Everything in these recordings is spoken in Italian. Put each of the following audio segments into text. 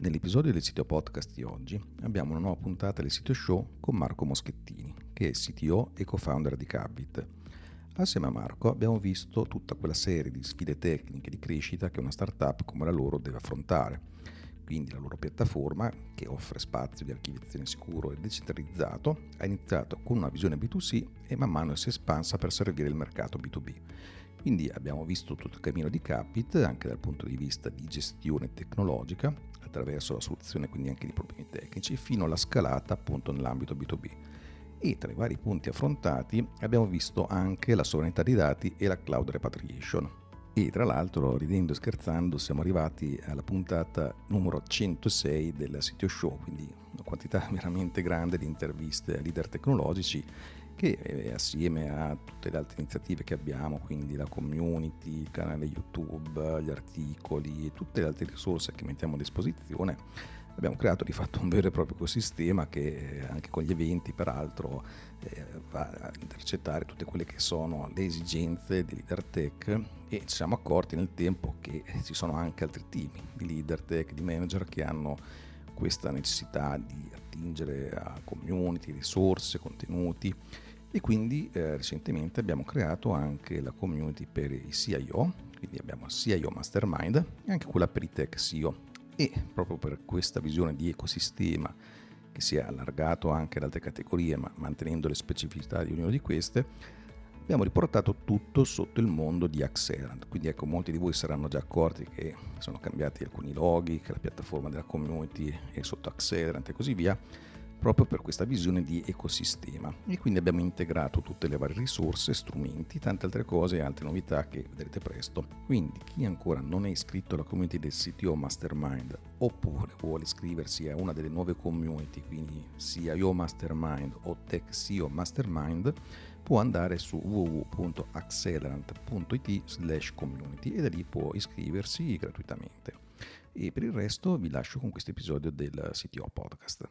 Nell'episodio del sito podcast di oggi abbiamo una nuova puntata del sito show con Marco Moschettini, che è CTO e co-founder di Kabbit. Assieme a Marco abbiamo visto tutta quella serie di sfide tecniche di crescita che una startup come la loro deve affrontare. Quindi la loro piattaforma, che offre spazio di archiviazione sicuro e decentralizzato, ha iniziato con una visione B2C e man mano si è espansa per servire il mercato B2B. Quindi abbiamo visto tutto il cammino di Kabbit anche dal punto di vista di gestione tecnologica, attraverso la soluzione quindi anche di problemi tecnici, fino alla scalata appunto nell'ambito B2B. E tra i vari punti affrontati abbiamo visto anche la sovranità dei dati e la cloud repatriation. E tra l'altro, ridendo e scherzando, siamo arrivati alla puntata numero 106 del sito show, quindi una quantità veramente grande di interviste a leader tecnologici che assieme a tutte le altre iniziative che abbiamo, quindi la community, il canale YouTube, gli articoli e tutte le altre risorse che mettiamo a disposizione, abbiamo creato di fatto un vero e proprio ecosistema che anche con gli eventi peraltro va a intercettare tutte quelle che sono le esigenze di leader tech, e ci siamo accorti nel tempo che ci sono anche altri team di leader tech, di manager che hanno questa necessità di attingere a community, risorse, contenuti, e quindi recentemente abbiamo creato anche la community per i CIO, quindi abbiamo CIO Mastermind e anche quella per i Tech CEO. E proprio per questa visione di ecosistema che si è allargato anche ad altre categorie, ma mantenendo le specificità di ognuna di queste, abbiamo riportato tutto sotto il mondo di Accelerant. Quindi ecco, molti di voi saranno già accorti che sono cambiati alcuni loghi, che la piattaforma della community è sotto Accelerant e così via, proprio per questa visione di ecosistema. E quindi abbiamo integrato tutte le varie risorse, strumenti, tante altre cose e altre novità che vedrete presto. Quindi chi ancora non è iscritto alla community del CTO Mastermind oppure vuole iscriversi a una delle nuove community, quindi CIO Mastermind o Tech CEO Mastermind, può andare su www.accelerant.it/community e da lì può iscriversi gratuitamente. E per il resto vi lascio con questo episodio del CTO Podcast.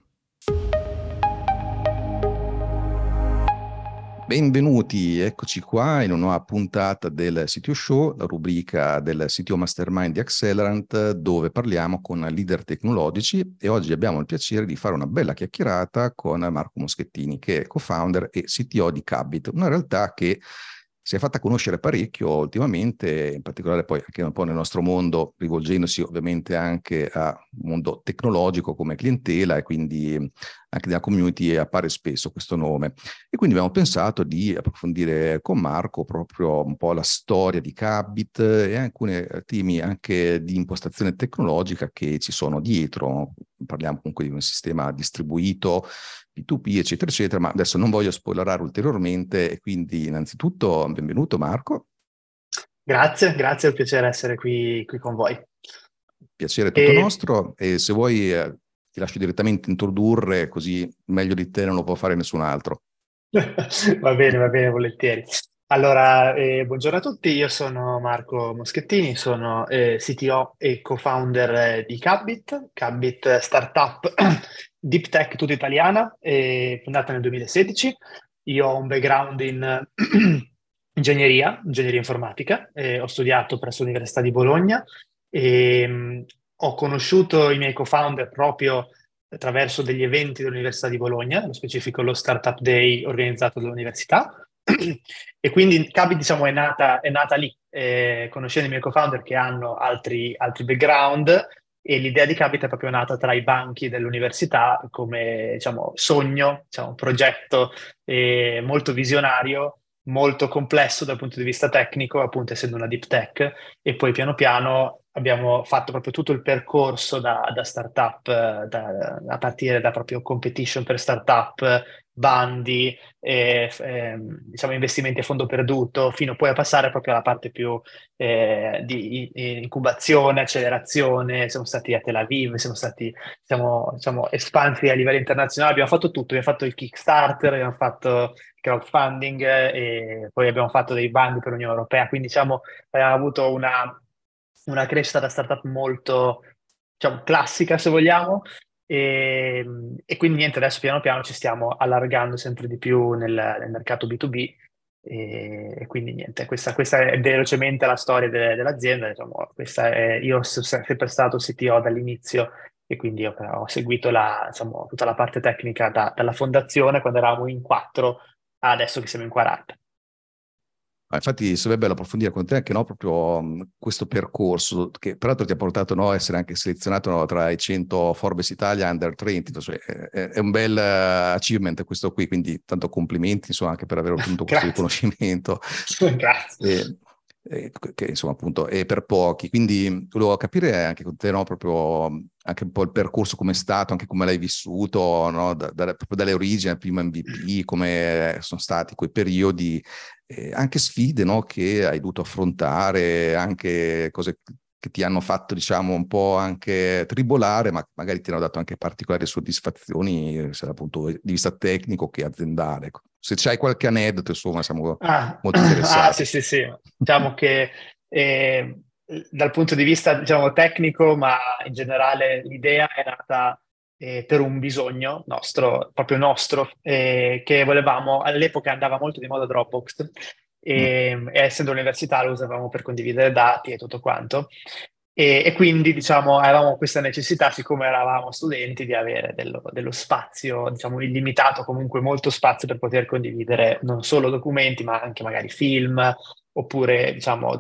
Benvenuti, eccoci qua in una nuova puntata del CTO Show, la rubrica del CTO Mastermind di Accelerant, dove parliamo con leader tecnologici, e oggi abbiamo il piacere di fare una bella chiacchierata con Marco Moschettini, che è co-founder e CTO di Kabbit, una realtà che si è fatta conoscere parecchio ultimamente, in particolare poi anche un po' nel nostro mondo, rivolgendosi ovviamente anche a un mondo tecnologico come clientela, e quindi anche nella community appare spesso questo nome. E quindi abbiamo pensato di approfondire con Marco proprio un po' la storia di Kabbit e alcuni temi anche di impostazione tecnologica che ci sono dietro. Parliamo comunque di un sistema distribuito, P2P, eccetera, eccetera, ma adesso non voglio spoilerare ulteriormente, e quindi innanzitutto benvenuto Marco. Grazie, è un piacere essere qui con voi. Piacere tutto E... nostro, e se vuoi ti lascio direttamente introdurre, così meglio di te non lo può fare nessun altro. Va bene, volentieri. Allora, buongiorno a tutti, io sono Marco Moschettini, sono CTO e co-founder di Kabbit. Kabbit startup deep tech tutta italiana, fondata nel 2016. Io ho un background in ingegneria informatica, ho studiato presso l'Università di Bologna e ho conosciuto i miei co-founder proprio attraverso degli eventi dell'Università di Bologna, nello specifico lo Startup Day organizzato dall'università. E quindi Kabbit, diciamo, è nata lì, conoscendo i miei co-founder che hanno altri background, e l'idea di Kabbit è proprio nata tra i banchi dell'università come, diciamo, sogno, diciamo, progetto molto visionario, molto complesso dal punto di vista tecnico, appunto essendo una deep tech, e poi piano piano abbiamo fatto proprio tutto il percorso da startup, a partire da proprio competition per startup, bandi, diciamo investimenti a fondo perduto, fino poi a passare proprio alla parte più di incubazione, accelerazione. Siamo stati a Tel Aviv, siamo diciamo, espansi a livello internazionale, abbiamo fatto tutto, abbiamo fatto il Kickstarter, abbiamo fatto il crowdfunding, e poi abbiamo fatto dei bandi per l'Unione Europea, quindi diciamo abbiamo avuto una crescita da startup molto, diciamo, classica, se vogliamo, e quindi niente, adesso piano piano ci stiamo allargando sempre di più nel mercato B2B, e quindi niente, questa è velocemente la storia dell'azienda. Diciamo, io sono sempre stato CTO dall'inizio e quindi ho seguito diciamo, tutta la parte tecnica dalla fondazione quando eravamo in 4 a adesso che siamo in 40. Infatti sarebbe bello approfondire con te anche, no, proprio questo percorso che peraltro ti ha portato, no, a essere anche selezionato, no, tra i 100 Forbes Italia Under 30, cioè, è un bel achievement questo qui, quindi tanto complimenti insomma anche per aver ottenuto questo Grazie. riconoscimento. Grazie. E, che insomma appunto è per pochi, quindi volevo capire anche con te, no, proprio anche un po' il percorso come è stato, anche come l'hai vissuto, no, proprio dalle origini al primo MVP, come sono stati quei periodi, anche sfide, no, che hai dovuto affrontare, anche cose che ti hanno fatto, diciamo, un po' anche tribolare, ma magari ti hanno dato anche particolari soddisfazioni, sia dal punto di vista tecnico che aziendale. Se c'hai qualche aneddoto, insomma, siamo molto Sì, interessati. sì, sì. Diciamo che dal punto di vista, diciamo, tecnico, ma in generale l'idea è nata per un bisogno nostro, proprio nostro, che volevamo, all'epoca andava molto di moda Dropbox, Mm. e essendo all'università lo usavamo per condividere dati e tutto quanto. E quindi, diciamo, avevamo questa necessità, siccome eravamo studenti, di avere dello spazio, diciamo, illimitato, comunque molto spazio per poter condividere non solo documenti, ma anche magari film, oppure, diciamo,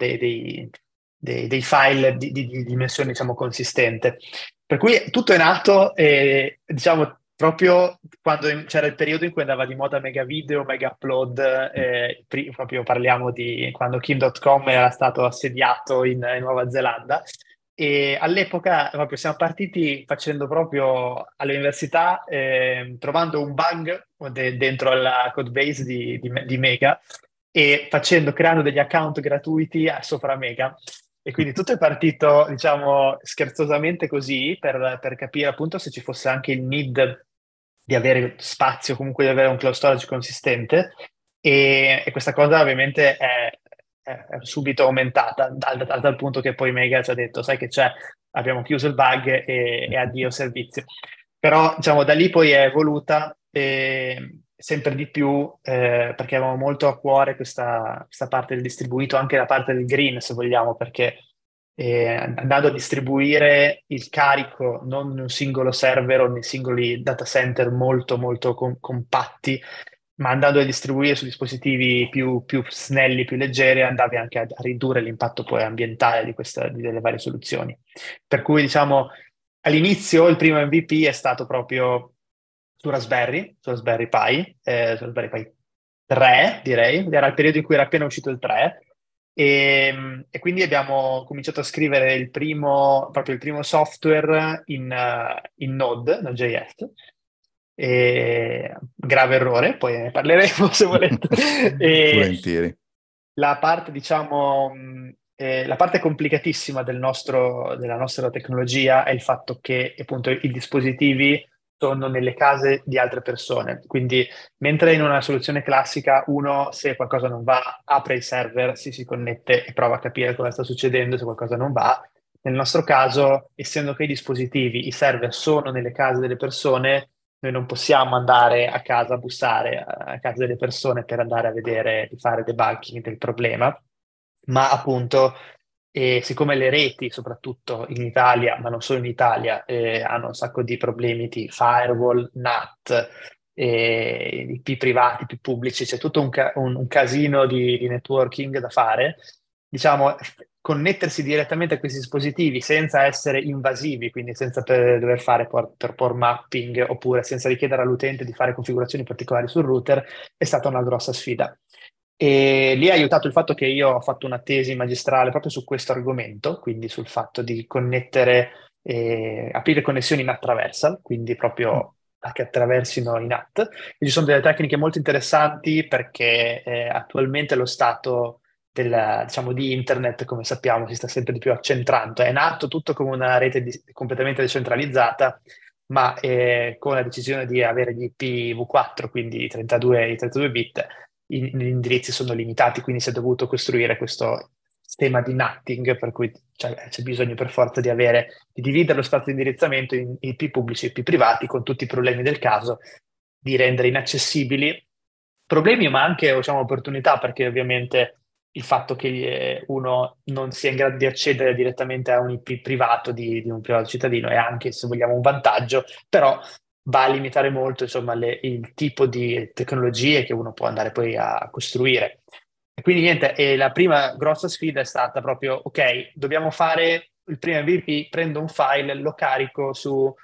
dei file di dimensione, diciamo, consistente. Per cui tutto è nato, diciamo, proprio quando c'era il periodo in cui andava di moda mega video, mega upload, proprio parliamo di quando Kim.com era stato assediato in Nuova Zelanda. E all'epoca proprio siamo partiti facendo proprio all'università, trovando un bug dentro alla code base di Mega e creando degli account gratuiti sopra Mega. E quindi tutto è partito, diciamo, scherzosamente così per capire appunto se ci fosse anche il need di avere spazio, comunque di avere un cloud storage consistente. E questa cosa ovviamente è subito aumentata, a tal punto che poi Mega ci ha detto, sai che c'è, abbiamo chiuso il bug e addio servizio. Però diciamo da lì poi è evoluta sempre di più perché avevamo molto a cuore questa parte del distribuito, anche la parte del green se vogliamo, perché andando a distribuire il carico non in un singolo server o nei singoli data center molto molto compatti, ma andando a distribuire su dispositivi più snelli, più leggeri, andavi anche a ridurre l'impatto poi ambientale delle varie soluzioni. Per cui, diciamo, all'inizio il primo MVP è stato proprio su Raspberry Pi, su Raspberry Pi 3, direi, era il periodo in cui era appena uscito il 3, e quindi abbiamo cominciato a scrivere proprio il primo software in Node, Node.js, grave errore, poi ne parleremo se volete. E Volentieri. la parte, diciamo, la parte complicatissima della nostra tecnologia è il fatto che appunto i dispositivi sono nelle case di altre persone. Quindi, mentre in una soluzione classica uno, se qualcosa non va, apre il server, si connette e prova a capire cosa sta succedendo, se qualcosa non va. Nel nostro caso, essendo che i server sono nelle case delle persone, noi non possiamo andare a casa a bussare a casa delle persone per andare a vedere, di fare debugging del problema, ma appunto, siccome le reti, soprattutto in Italia, ma non solo in Italia, hanno un sacco di problemi di firewall, NAT, IP privati, IP pubblici, c'è tutto un casino di networking da fare, diciamo, connettersi direttamente a questi dispositivi senza essere invasivi, quindi senza dover fare port mapping oppure senza richiedere all'utente di fare configurazioni particolari sul router, è stata una grossa sfida. E lì ha aiutato il fatto che io ho fatto una tesi magistrale proprio su questo argomento, quindi sul fatto di aprire connessioni in attraversal, quindi proprio che attraversino i NAT. E ci sono delle tecniche molto interessanti perché attualmente lo stato diciamo, di internet, come sappiamo, si sta sempre di più accentrando. È nato tutto come una rete completamente decentralizzata, ma con la decisione di avere gli IPv4, quindi i 32 bit, gli indirizzi sono limitati, quindi si è dovuto costruire questo sistema di NATing, per cui c'è bisogno per forza di dividere lo spazio di indirizzamento in IP pubblici e IP privati, con tutti i problemi del caso, di rendere inaccessibili problemi, ma anche diciamo, opportunità, perché ovviamente il fatto che uno non sia in grado di accedere direttamente a un IP privato di un privato cittadino è anche, se vogliamo, un vantaggio, però va a limitare molto, insomma, il tipo di tecnologie che uno può andare poi a costruire. E quindi niente, e la prima grossa sfida è stata proprio, ok, dobbiamo fare il primo MVP, prendo un file, lo carico su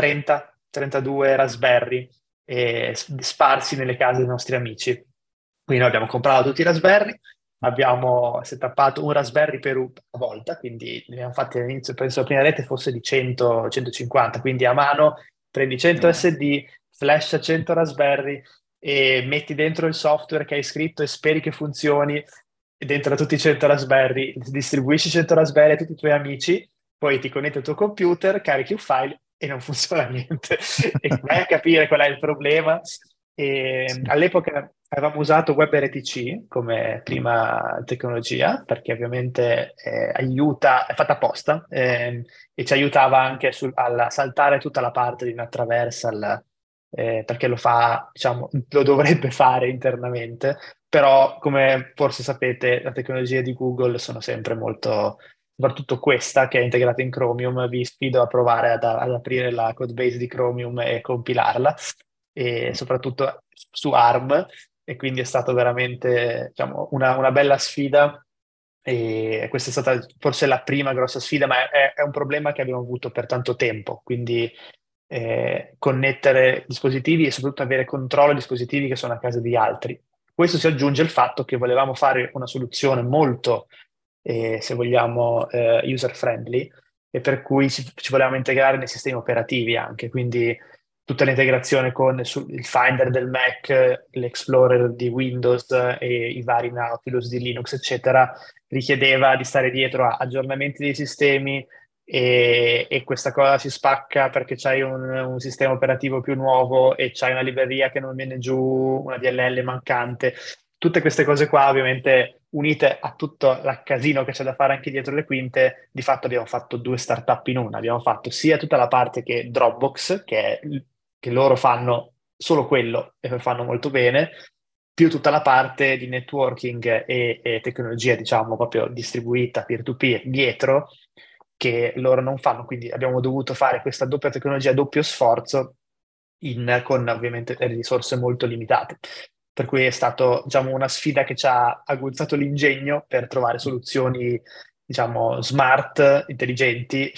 30-32 Raspberry sparsi nelle case dei nostri amici. Quindi noi abbiamo comprato tutti i Raspberry, abbiamo setappato un Raspberry per a volta, quindi ne abbiamo fatti all'inizio, penso la prima rete fosse di 100-150, quindi a mano prendi 100 SD, flash a 100 Raspberry e metti dentro il software che hai scritto e speri che funzioni e dentro a tutti i 100 Raspberry, distribuisci 100 Raspberry a tutti i tuoi amici, poi ti connetti al tuo computer, carichi un file e non funziona niente. E vai a capire qual è il problema. E Sì. all'epoca avevamo usato WebRTC come prima tecnologia perché ovviamente aiuta, è fatta apposta e ci aiutava anche a saltare tutta la parte di una traversal perché lo fa, diciamo, lo dovrebbe fare internamente, però come forse sapete le tecnologie di Google sono sempre molto, soprattutto questa che è integrata in Chromium, vi sfido a provare ad aprire la codebase di Chromium e compilarla e soprattutto su ARM, e quindi è stato veramente, diciamo, una bella sfida. E questa è stata forse la prima grossa sfida, ma è un problema che abbiamo avuto per tanto tempo, quindi connettere dispositivi e soprattutto avere controllo dei dispositivi che sono a casa di altri. Questo si aggiunge il fatto che volevamo fare una soluzione molto, se vogliamo, user-friendly, e per cui ci volevamo integrare nei sistemi operativi anche, quindi tutta l'integrazione con il Finder del Mac, l'Explorer di Windows e i vari Nautilus di Linux, eccetera, richiedeva di stare dietro a aggiornamenti dei sistemi e questa cosa si spacca perché c'hai un sistema operativo più nuovo e c'hai una libreria che non viene giù, una DLL mancante. Tutte queste cose qua, ovviamente, unite a tutto il casino che c'è da fare anche dietro le quinte, di fatto abbiamo fatto due startup in una. Abbiamo fatto sia tutta la parte che Dropbox, che loro fanno solo quello e lo fanno molto bene, più tutta la parte di networking e tecnologia, diciamo, proprio distribuita peer-to-peer dietro, che loro non fanno. Quindi abbiamo dovuto fare questa doppia tecnologia, doppio sforzo, con ovviamente delle risorse molto limitate. Per cui è stato, diciamo, una sfida che ci ha aguzzato l'ingegno per trovare soluzioni, diciamo, smart, intelligenti,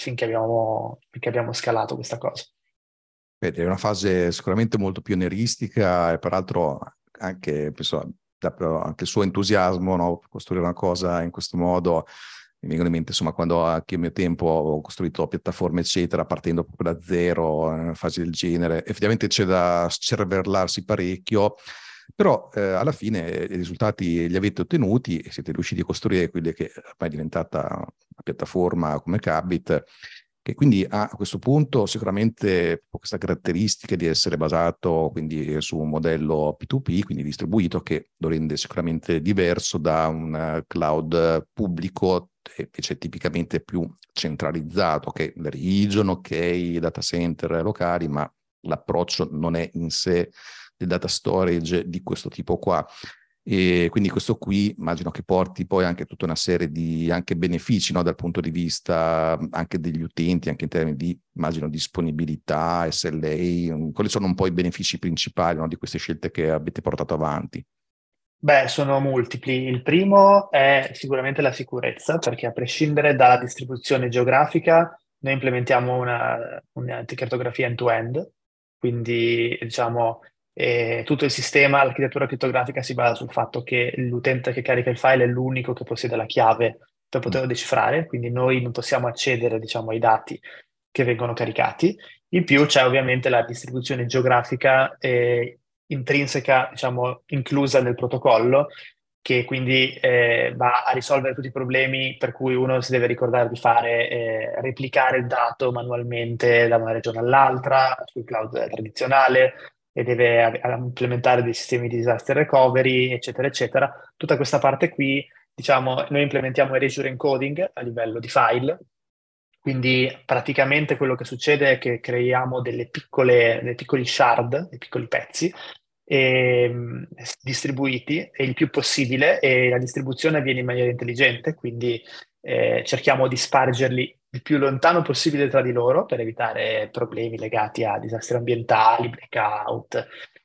finché abbiamo scalato questa cosa. Vedi, è una fase sicuramente molto pionieristica e peraltro anche, penso, anche il suo entusiasmo, no, per costruire una cosa in questo modo. Mi vengono in mente, insomma, quando anche a mio tempo ho costruito piattaforme, eccetera, partendo proprio da zero, in fasi del genere. Effettivamente c'è da cervellarsi parecchio, però alla fine i risultati li avete ottenuti e siete riusciti a costruire quella che ormai è diventata una piattaforma come Kabit, che quindi ha a questo punto sicuramente questa caratteristica di essere basato quindi su un modello P2P, quindi distribuito, che lo rende sicuramente diverso da un cloud pubblico, invece tipicamente più centralizzato, che la region, ok, i data center locali, ma l'approccio non è in sé del data storage di questo tipo qua. E quindi questo qui immagino che porti poi anche tutta una serie di anche benefici, no, dal punto di vista anche degli utenti, anche in termini di, immagino, disponibilità, SLA. Quali sono un po' i benefici principali, no, di queste scelte che avete portato avanti? Beh, sono multipli. Il primo è sicuramente la sicurezza, perché a prescindere dalla distribuzione geografica, noi implementiamo una crittografia end-to-end, quindi diciamo tutto il sistema, l'architettura crittografica si basa sul fatto che l'utente che carica il file è l'unico che possiede la chiave per Mm. poterlo decifrare, quindi noi non possiamo accedere, diciamo, ai dati che vengono caricati. In più c'è ovviamente la distribuzione geografica intrinseca, diciamo, inclusa nel protocollo, che quindi va a risolvere tutti i problemi per cui uno si deve ricordare di fare, replicare il dato manualmente da una regione all'altra, sul cloud tradizionale, e deve implementare dei sistemi di disaster recovery, eccetera, eccetera. Tutta questa parte qui, diciamo, noi implementiamo erasure encoding a livello di file, quindi praticamente quello che succede è che creiamo dei piccoli shard, dei piccoli pezzi, distribuiti e il più possibile, e la distribuzione avviene in maniera intelligente, quindi cerchiamo di spargerli il più lontano possibile tra di loro per evitare problemi legati a disastri ambientali, blackout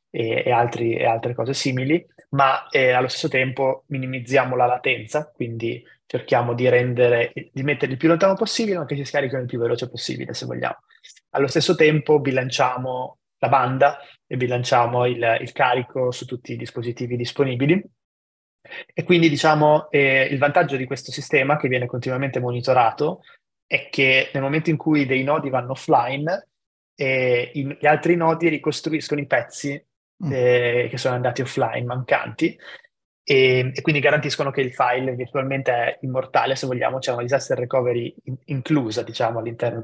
e altre cose simili, ma allo stesso tempo minimizziamo la latenza, quindi cerchiamo di metterli il più lontano possibile, ma che si scarichino il più veloce possibile, se vogliamo. Allo stesso tempo bilanciamo la banda e bilanciamo il carico su tutti i dispositivi disponibili. E quindi, diciamo, il vantaggio di questo sistema, che viene continuamente monitorato, è che nel momento in cui dei nodi vanno offline, gli altri nodi ricostruiscono i pezzi Mm. che sono andati offline, mancanti, e quindi garantiscono che il file virtualmente è immortale, se vogliamo, c'è una disaster recovery inclusa, diciamo, all'interno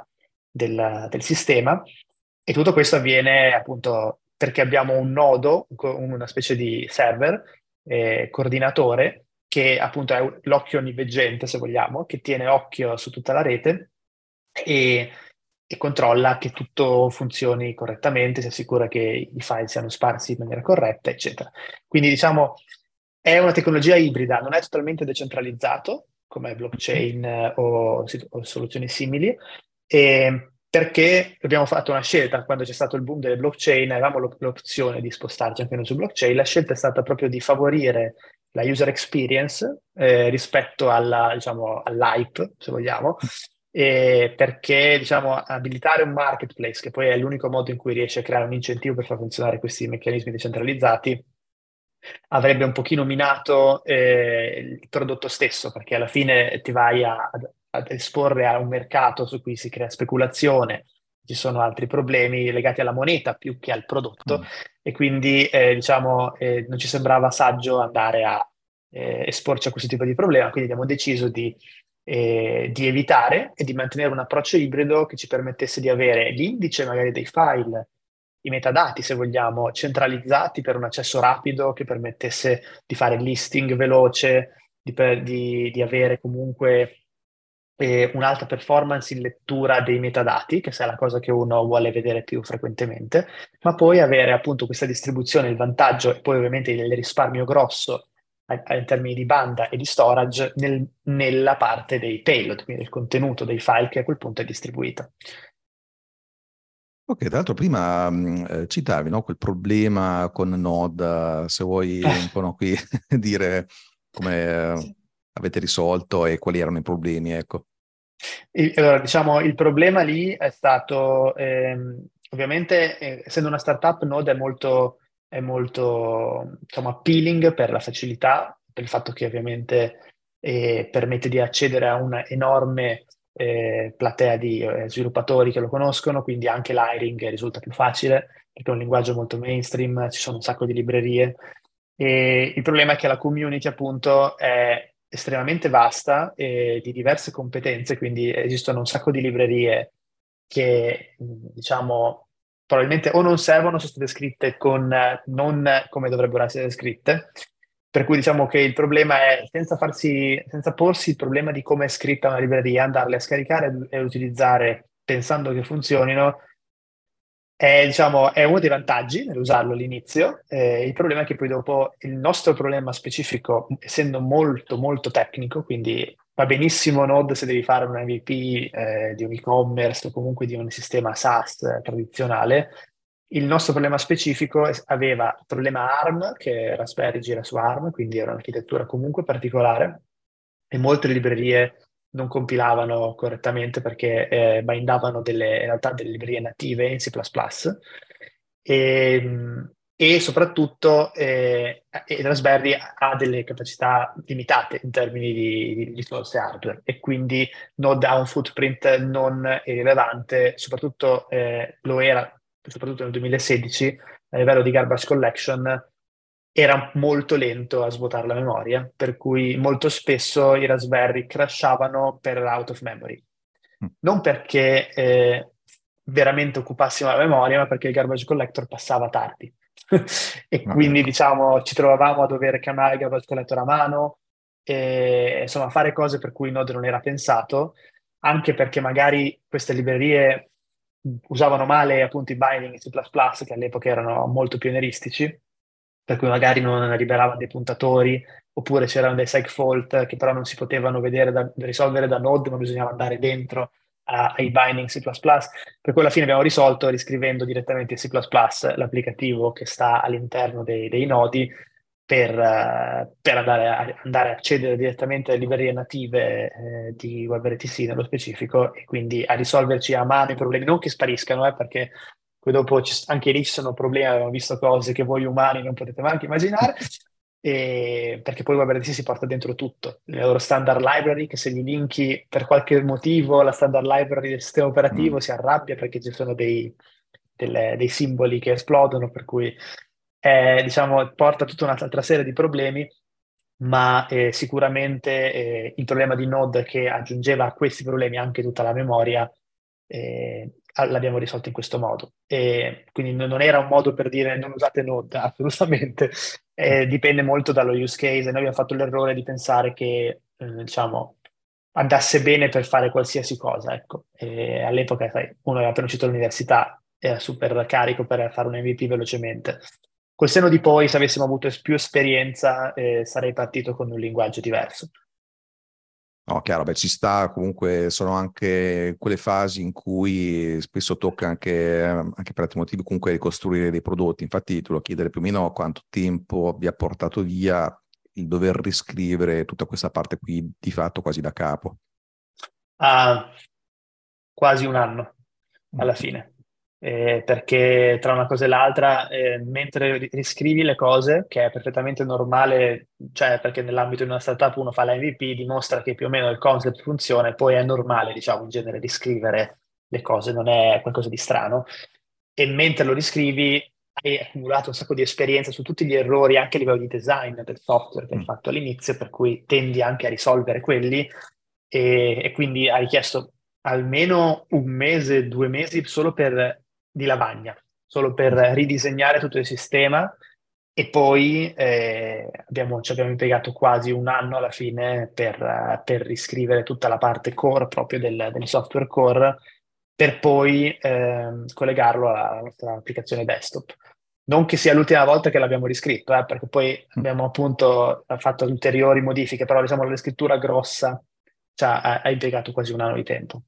del sistema. E tutto questo avviene appunto perché abbiamo un nodo, una specie di server, coordinatore, che appunto è l'occhio onniveggente, se vogliamo, che tiene occhio su tutta la rete e, e controlla che tutto funzioni correttamente, si assicura che i file siano sparsi in maniera corretta, eccetera. Quindi diciamo è una tecnologia ibrida, non è totalmente decentralizzato come blockchain o soluzioni simili, perché abbiamo fatto una scelta quando c'è stato il boom delle blockchain, avevamo l'opzione di spostarci anche noi su blockchain, la scelta è stata proprio di favorire la user experience rispetto diciamo, all'hype, se vogliamo, perché diciamo, abilitare un marketplace, che poi è l'unico modo in cui riesce a creare un incentivo per far funzionare questi meccanismi decentralizzati, avrebbe un pochino minato il prodotto stesso, perché alla fine ti vai ad esporre a un mercato su cui si crea speculazione, ci sono altri problemi legati alla moneta più che al prodotto, Mm. e quindi diciamo non ci sembrava saggio andare a esporci a questo tipo di problema, quindi abbiamo deciso di evitare e di mantenere un approccio ibrido che ci permettesse di avere l'indice magari dei file, i metadati, se vogliamo, centralizzati per un accesso rapido che permettesse di fare il listing veloce, di avere comunque un'alta performance in lettura dei metadati, che è la cosa che uno vuole vedere più frequentemente, ma poi avere appunto questa distribuzione, il vantaggio e poi ovviamente il risparmio grosso in termini di banda e di storage nella parte dei payload, quindi il contenuto dei file che a quel punto è distribuito. Ok, tra l'altro prima citavi, no, quel problema con Node, se vuoi un po' no, qui dire come avete risolto e quali erano i problemi, ecco. Allora, diciamo, il problema lì è stato, ovviamente, essendo una startup, Node è molto, diciamo, appealing per la facilità, per il fatto che ovviamente permette di accedere a una enorme platea di sviluppatori che lo conoscono, quindi anche l'hiring risulta più facile, perché è un linguaggio molto mainstream, ci sono un sacco di librerie. E il problema è che la community, appunto, è estremamente vasta e di diverse competenze, quindi esistono un sacco di librerie che, diciamo, probabilmente o non servono, sono state scritte non come dovrebbero essere scritte, per cui diciamo che il problema è, senza porsi il problema di come è scritta una libreria, andarle a scaricare e utilizzare pensando che funzionino, diciamo, è uno dei vantaggi nell'usarlo all'inizio. Il problema è che poi dopo il nostro problema specifico, essendo molto molto tecnico, quindi va benissimo Node se devi fare un MVP di un e-commerce o comunque di un sistema SaaS tradizionale. Il nostro problema specifico aveva il problema ARM, che Raspberry gira su ARM, quindi era un'architettura comunque particolare, e molte librerie non compilavano correttamente perché bindavano in realtà delle librerie native in C++, e soprattutto e Raspberry ha delle capacità limitate in termini di risorse hardware, e quindi Node ha un footprint non irrilevante, soprattutto lo era soprattutto nel 2016 a livello di garbage collection. Era molto lento a svuotare la memoria, per cui molto spesso i Raspberry crashavano per out of memory. Mm. Non perché veramente occupassimo la memoria, ma perché il garbage collector passava tardi. E Ah, quindi, ecco. diciamo, ci trovavamo a dover chiamare il garbage collector a mano, e insomma fare cose per cui Node non era pensato, anche perché magari queste librerie usavano male appunto i binding in C++, che all'epoca erano molto pionieristici, per cui magari non liberavano dei puntatori, oppure c'erano dei segfault che però non si potevano vedere risolvere da Node, ma bisognava andare dentro ai binding C++. Per cui alla fine abbiamo risolto riscrivendo direttamente in C++ l'applicativo che sta all'interno dei nodi per andare a accedere direttamente alle librerie native di WebRTC nello specifico e quindi a risolverci a mano i problemi, non che spariscano, perché poi dopo anche lì ci sono problemi, abbiamo visto cose che voi umani non potete neanche immaginare, perché poi WebRTC si porta dentro tutto, le loro standard library, che se gli linki per qualche motivo la standard library del sistema operativo Mm. si arrabbia perché ci sono dei simboli che esplodono, per cui diciamo, porta tutta un'altra serie di problemi, ma sicuramente il problema di Node che aggiungeva a questi problemi anche tutta la memoria, l'abbiamo risolto in questo modo. E quindi non era un modo per dire non usate Node, assolutamente. Dipende molto dallo use case. Noi abbiamo fatto l'errore di pensare che, diciamo, andasse bene per fare qualsiasi cosa, ecco. E all'epoca, sai, uno era appena uscito dall'università, era super carico per fare un MVP velocemente. Col senno di poi, se avessimo avuto più esperienza, sarei partito con un linguaggio diverso. No, chiaro, beh, ci sta, comunque sono anche quelle fasi in cui spesso tocca anche per altri motivi comunque ricostruire dei prodotti. Infatti ti volevo chiedere più o meno quanto tempo vi ha portato via il dover riscrivere tutta questa parte qui di fatto quasi da capo. Ah, quasi un anno alla Mm. fine. Perché tra una cosa e l'altra, mentre riscrivi le cose, che è perfettamente normale, cioè perché nell'ambito di una startup uno fa la MVP, dimostra che più o meno il concept funziona e poi è normale, diciamo, in genere riscrivere le cose, non è qualcosa di strano. E mentre lo riscrivi hai accumulato un sacco di esperienza su tutti gli errori, anche a livello di design del software che hai Mm. fatto all'inizio, per cui tendi anche a risolvere quelli e quindi ha richiesto almeno un mese, 2 mesi solo di lavagna, solo per ridisegnare tutto il sistema e poi ci abbiamo impiegato quasi un anno alla fine per riscrivere tutta la parte core proprio del software core per poi collegarlo alla nostra applicazione desktop. Non che sia l'ultima volta che l'abbiamo riscritto, perché poi Mm. abbiamo appunto fatto ulteriori modifiche, però diciamo la scrittura grossa cioè, ha impiegato quasi un anno di tempo.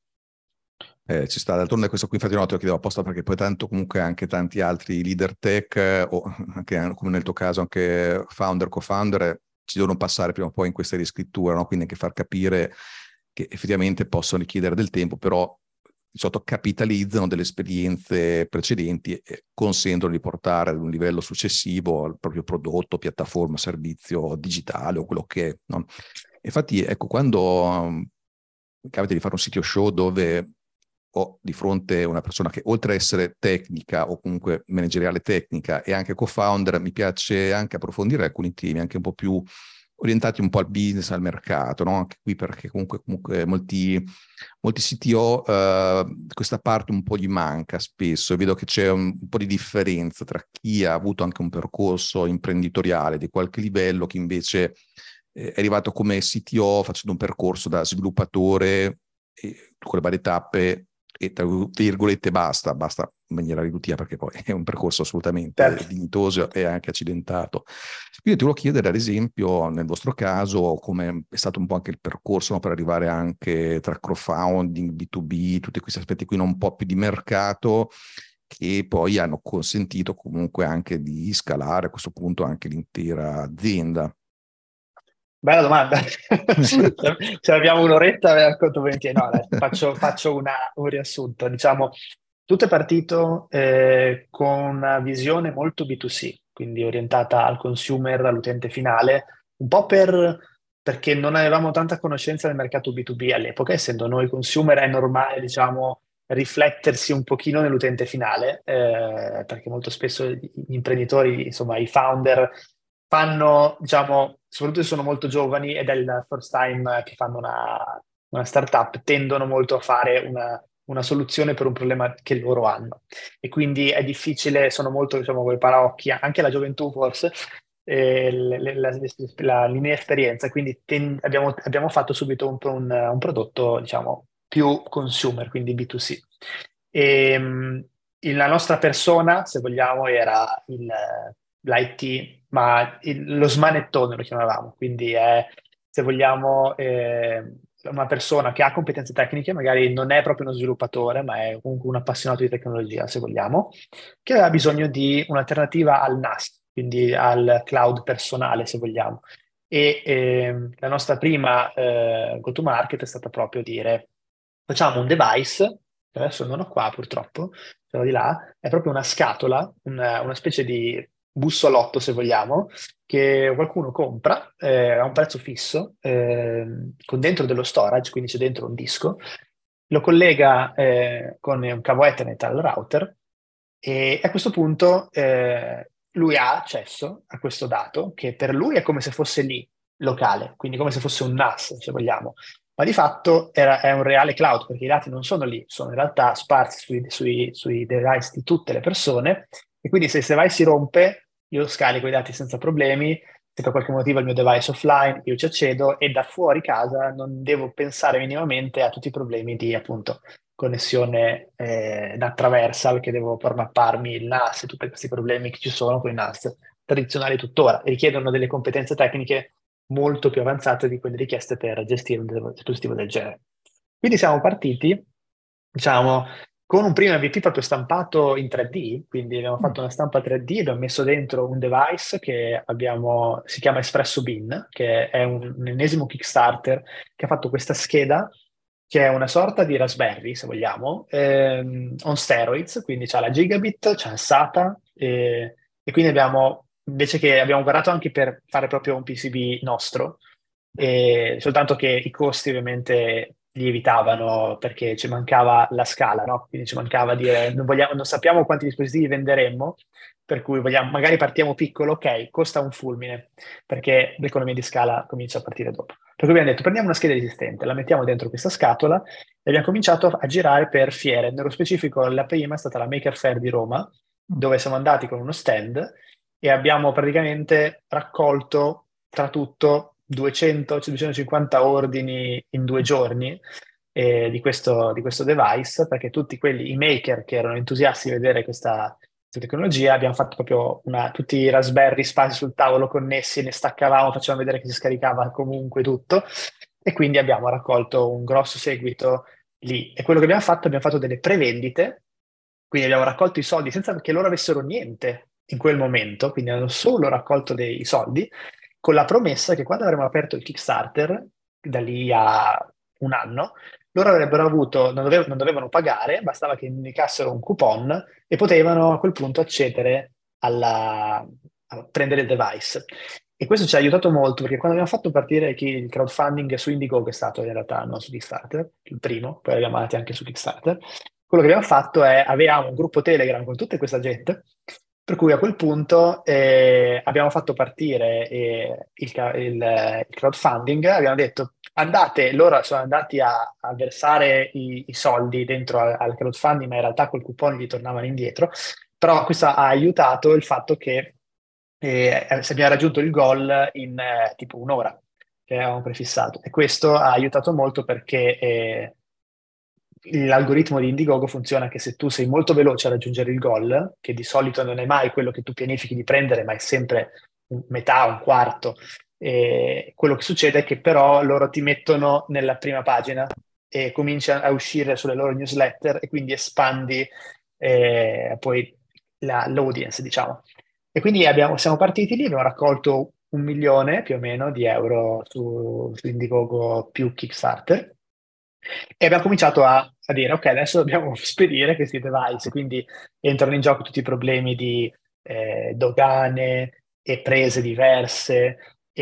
Ci sta, d'altronde questo qui infatti no, te lo chiedevo apposta perché poi tanto comunque anche tanti altri leader tech o anche come nel tuo caso anche founder, co-founder ci devono passare prima o poi in questa riscrittura, no? Quindi anche far capire che effettivamente possono richiedere del tempo, però di solito capitalizzano delle esperienze precedenti e consentono di portare ad un livello successivo il proprio prodotto, piattaforma, servizio digitale o quello che è, no? Infatti, ecco, quando capita di fare un sito show dove ho di fronte una persona che oltre a essere tecnica o comunque manageriale tecnica e anche co-founder, mi piace anche approfondire alcuni temi anche un po' più orientati un po' al business, al mercato, no? Anche qui perché comunque molti CTO questa parte un po' gli manca spesso e vedo che c'è un po' di differenza tra chi ha avuto anche un percorso imprenditoriale di qualche livello, che invece è arrivato come CTO facendo un percorso da sviluppatore con le varie tappe e tra virgolette basta in maniera riduttiva perché poi è un percorso assolutamente Certo. dignitoso e anche accidentato. Quindi ti volevo chiedere ad esempio nel vostro caso come è stato un po' anche il percorso, no, per arrivare anche tra crowdfunding, B2B, tutti questi aspetti qui, no, un po' più di mercato che poi hanno consentito comunque anche di scalare a questo punto anche l'intera azienda. Bella domanda. Se abbiamo un'oretta, ve la racconto volentieri. No, dai, faccio un riassunto. Diciamo, tutto è partito con una visione molto B2C, quindi orientata al consumer, all'utente finale, un po' perché non avevamo tanta conoscenza del mercato B2B all'epoca, essendo noi consumer è normale, diciamo, riflettersi un pochino nell'utente finale, perché molto spesso gli imprenditori, insomma, i founder fanno, diciamo, soprattutto se sono molto giovani ed è il first time che fanno una startup, tendono molto a fare una soluzione per un problema che loro hanno. E quindi è difficile, sono molto, diciamo, quei paraocchi, anche la gioventù forse, la linea esperienza, quindi abbiamo fatto subito un prodotto, diciamo, più consumer, quindi B2C. La nostra persona, se vogliamo, era l'IT, ma lo smanettone lo chiamavamo, quindi è, se vogliamo, una persona che ha competenze tecniche, magari non è proprio uno sviluppatore, ma è comunque un appassionato di tecnologia, se vogliamo, che ha bisogno di un'alternativa al NAS, quindi al cloud personale, se vogliamo. La nostra prima go-to-market è stata proprio dire: facciamo un device, che adesso non ho qua purtroppo, ce l'ho di là, è proprio una scatola, una specie di bussolotto, se vogliamo, che qualcuno compra a un prezzo fisso, con dentro dello storage, quindi c'è dentro un disco, lo collega con un cavo Ethernet al router e a questo punto lui ha accesso a questo dato che per lui è come se fosse lì, locale, quindi come se fosse un NAS, se vogliamo, ma di fatto è un reale cloud perché i dati non sono lì, sono in realtà sparsi sui device di tutte le persone e quindi se il device si rompe, io scarico i dati senza problemi, se per qualche motivo il mio device è offline, io ci accedo e da fuori casa non devo pensare minimamente a tutti i problemi di appunto connessione da traversal che devo formapparmi il NAS e tutti questi problemi che ci sono con i NAS tradizionali tuttora e richiedono delle competenze tecniche molto più avanzate di quelle richieste per gestire un dispositivo del genere. Quindi siamo partiti, diciamo, con un primo MVP proprio stampato in 3D, quindi abbiamo fatto una stampa 3D, abbiamo messo dentro un device che si chiama Espresso Bin, che è un ennesimo Kickstarter che ha fatto questa scheda che è una sorta di Raspberry, se vogliamo, on steroids, quindi c'ha la gigabit, c'ha il SATA, e quindi invece che abbiamo guardato anche per fare proprio un PCB nostro, soltanto che i costi ovviamente lievitavano perché ci mancava la scala, no? Quindi ci mancava dire non sappiamo quanti dispositivi venderemmo, per cui magari partiamo piccolo, ok, costa un fulmine, perché l'economia di scala comincia a partire dopo. Per cui abbiamo detto, prendiamo una scheda esistente, la mettiamo dentro questa scatola e abbiamo cominciato a girare per fiere. Nello specifico, la prima è stata la Maker Faire di Roma, dove siamo andati con uno stand e abbiamo praticamente raccolto tra tutto 200-250 ordini in 2 giorni di questo device, perché tutti quelli, i maker che erano entusiasti di vedere questa tecnologia, abbiamo fatto proprio tutti i Raspberry spasi sul tavolo connessi, ne staccavamo, facevamo vedere che si scaricava comunque tutto, e quindi abbiamo raccolto un grosso seguito lì. E quello che abbiamo fatto delle prevendite, quindi abbiamo raccolto i soldi senza che loro avessero niente in quel momento, quindi hanno solo raccolto dei soldi, con la promessa che quando avremo aperto il Kickstarter, da lì a un anno, loro avrebbero avuto, non dovevano pagare, bastava che indicassero un coupon e potevano a quel punto accedere a prendere il device. E questo ci ha aiutato molto perché quando abbiamo fatto partire il crowdfunding su Indiegogo, che è stato in realtà non su Kickstarter, il primo, poi abbiamo andati anche su Kickstarter, quello che abbiamo fatto è avevamo un gruppo Telegram con tutta questa gente, per cui a quel punto abbiamo fatto partire il crowdfunding, abbiamo detto andate, loro sono andati a versare i soldi dentro al crowdfunding, ma in realtà col coupon gli tornavano indietro, però questo ha aiutato il fatto che se abbiamo raggiunto il goal in tipo un'ora che avevamo prefissato e questo ha aiutato molto perché l'algoritmo di Indiegogo funziona che se tu sei molto veloce a raggiungere il goal, che di solito non è mai quello che tu pianifichi di prendere, ma è sempre metà, un quarto, quello che succede è che però loro ti mettono nella prima pagina e cominci a uscire sulle loro newsletter e quindi espandi poi l'audience, diciamo. E quindi siamo partiti lì, abbiamo raccolto 1 milione più o meno di euro su Indiegogo più Kickstarter e abbiamo cominciato a dire, ok, adesso dobbiamo spedire questi device, quindi entrano in gioco tutti i problemi di dogane e prese diverse,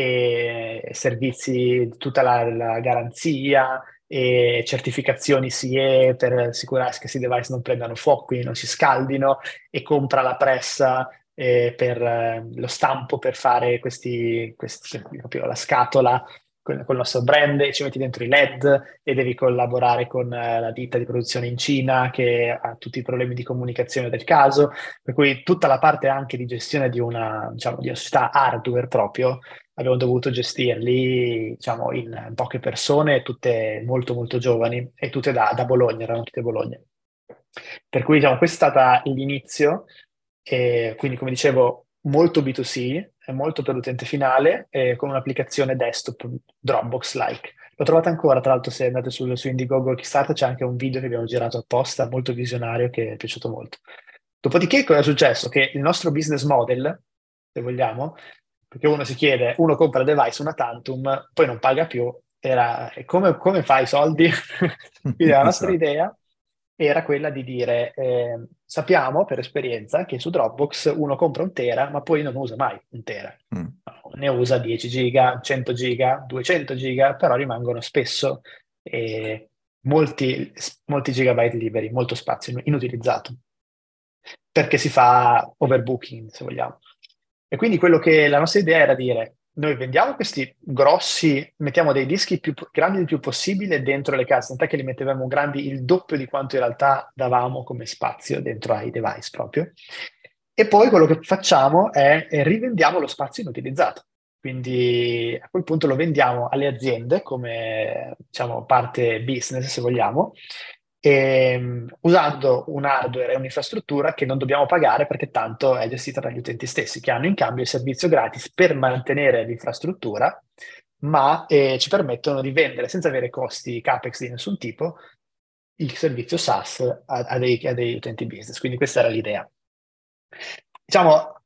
e servizi, tutta la garanzia, e certificazioni SIE per assicurarsi che questi device non prendano fuoco, quindi non si scaldino, e compra la pressa per lo stampo per fare proprio la scatola col nostro brand e ci metti dentro i LED e devi collaborare con la ditta di produzione in Cina che ha tutti i problemi di comunicazione del caso, per cui tutta la parte anche di gestione diciamo, di una società hardware proprio abbiamo dovuto gestirli, diciamo, in poche persone, tutte molto molto giovani e tutte da Bologna, erano tutte Bologna. Per cui diciamo, questo è stato l'inizio, e quindi come dicevo molto B2C, molto per l'utente finale, con un'applicazione desktop Dropbox-like. L'ho trovata ancora, tra l'altro se andate su Indiegogo o Kickstarter c'è anche un video che abbiamo girato apposta, molto visionario, che è piaciuto molto. Dopodiché cosa è successo? Che il nostro business model, se vogliamo, perché uno si chiede, uno compra il device una tantum, poi non paga più, era e come fai i soldi? Quindi la nostra Esatto. idea era quella di dire, sappiamo per esperienza che su Dropbox uno compra un tera, ma poi non usa mai un tera. Mm. Ne usa 10 giga, 100 giga, 200 giga, però rimangono spesso molti gigabyte liberi, molto spazio inutilizzato, perché si fa overbooking, se vogliamo. E quindi quello che la nostra idea era dire, noi vendiamo questi grossi, mettiamo dei dischi più grandi il più possibile dentro le case, tant'è che li mettevamo grandi il doppio di quanto in realtà davamo come spazio dentro ai device proprio. E poi quello che facciamo è rivendiamo lo spazio inutilizzato. Quindi a quel punto lo vendiamo alle aziende come, diciamo, parte business, se vogliamo, usando un hardware e un'infrastruttura che non dobbiamo pagare perché tanto è gestita dagli utenti stessi, che hanno in cambio il servizio gratis per mantenere l'infrastruttura, ma ci permettono di vendere senza avere costi CAPEX di nessun tipo il servizio SaaS a degli utenti business. Quindi questa era l'idea. Diciamo,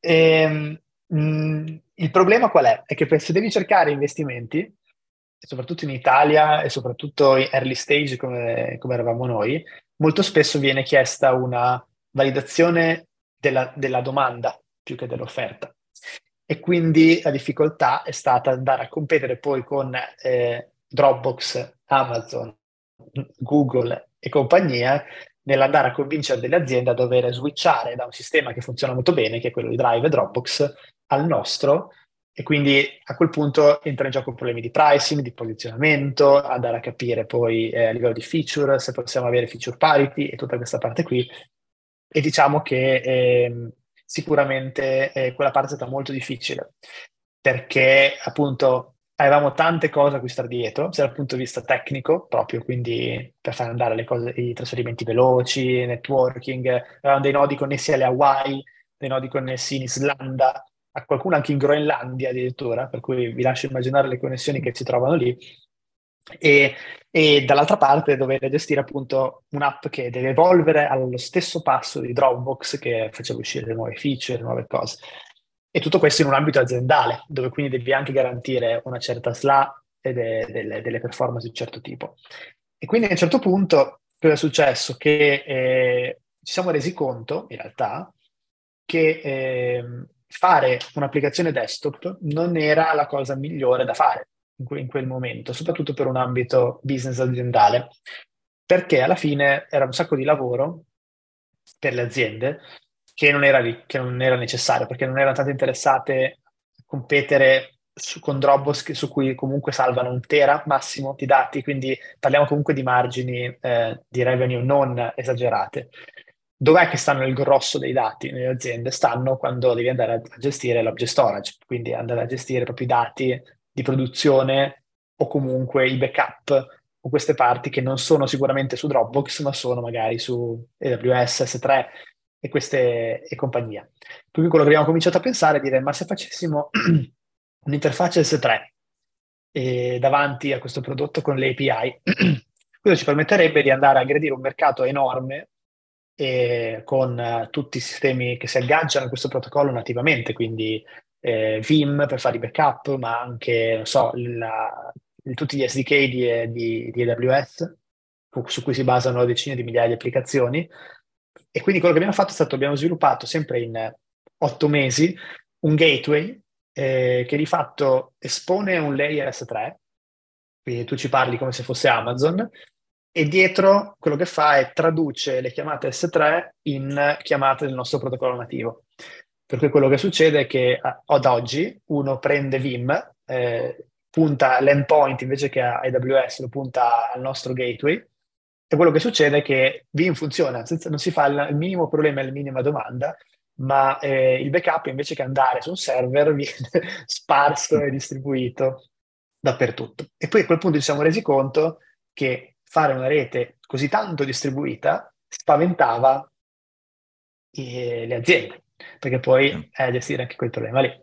il problema qual è? È che se devi cercare investimenti, soprattutto in Italia e soprattutto in early stage come eravamo noi, molto spesso viene chiesta una validazione della domanda più che dell'offerta. E quindi la difficoltà è stata andare a competere poi con Dropbox, Amazon, Google e compagnia nell'andare a convincere delle aziende a dover switchare da un sistema che funziona molto bene, che è quello di Drive e Dropbox, al nostro, e quindi a quel punto entra in gioco problemi di pricing, di posizionamento, andare a capire poi a livello di feature, se possiamo avere feature parity e tutta questa parte qui. E diciamo che sicuramente quella parte è stata molto difficile, perché appunto avevamo tante cose a cui stare dietro, sia dal punto di vista tecnico, proprio quindi per fare andare le cose, i trasferimenti veloci, networking, avevamo dei nodi connessi alle Hawaii, dei nodi connessi in Islanda, a qualcuno anche in Groenlandia addirittura, per cui vi lascio immaginare le connessioni che si trovano lì. E, e dall'altra parte dover gestire appunto un'app che deve evolvere allo stesso passo di Dropbox che faceva uscire le nuove feature, le nuove cose. E tutto questo in un ambito aziendale, dove quindi devi anche garantire una certa SLA e delle performance di un certo tipo. E quindi a un certo punto cosa è successo? Che ci siamo resi conto, in realtà, che fare un'applicazione desktop non era la cosa migliore da fare in quel momento, soprattutto per un ambito business aziendale, perché alla fine era un sacco di lavoro per le aziende che non era necessario, perché non erano state interessate a competere con Dropbox, su cui comunque salvano un tera massimo di dati, quindi parliamo comunque di margini di revenue non esagerate. Dov'è che stanno il grosso dei dati nelle aziende? Stanno quando devi andare a gestire l'object storage, quindi andare a gestire proprio i dati di produzione o comunque i backup o queste parti che non sono sicuramente su Dropbox, ma sono magari su AWS, S3 e compagnia. Per cui quello che abbiamo cominciato a pensare è dire, ma se facessimo un'interfaccia S3 davanti a questo prodotto con le API, questo ci permetterebbe di andare a aggredire un mercato enorme con tutti i sistemi che si agganciano a questo protocollo nativamente, quindi Vim per fare i backup, ma anche, non so, tutti gli SDK di AWS, su cui si basano decine di migliaia di applicazioni. E quindi quello che abbiamo fatto è stato, abbiamo sviluppato sempre in 8 mesi un gateway che di fatto espone un layer S3, quindi tu ci parli come se fosse Amazon, e dietro quello che fa è traduce le chiamate S3 in chiamate del nostro protocollo nativo. Per cui quello che succede è che ad oggi uno prende Vim, punta l'endpoint invece che a AWS, lo punta al nostro gateway, e quello che succede è che Vim funziona, non si fa il minimo problema e la minima domanda, ma il backup invece che andare su un server viene sparso e distribuito dappertutto. E poi a quel punto ci siamo resi conto che fare una rete così tanto distribuita spaventava le aziende, perché poi Eh. è a gestire anche quel problema lì.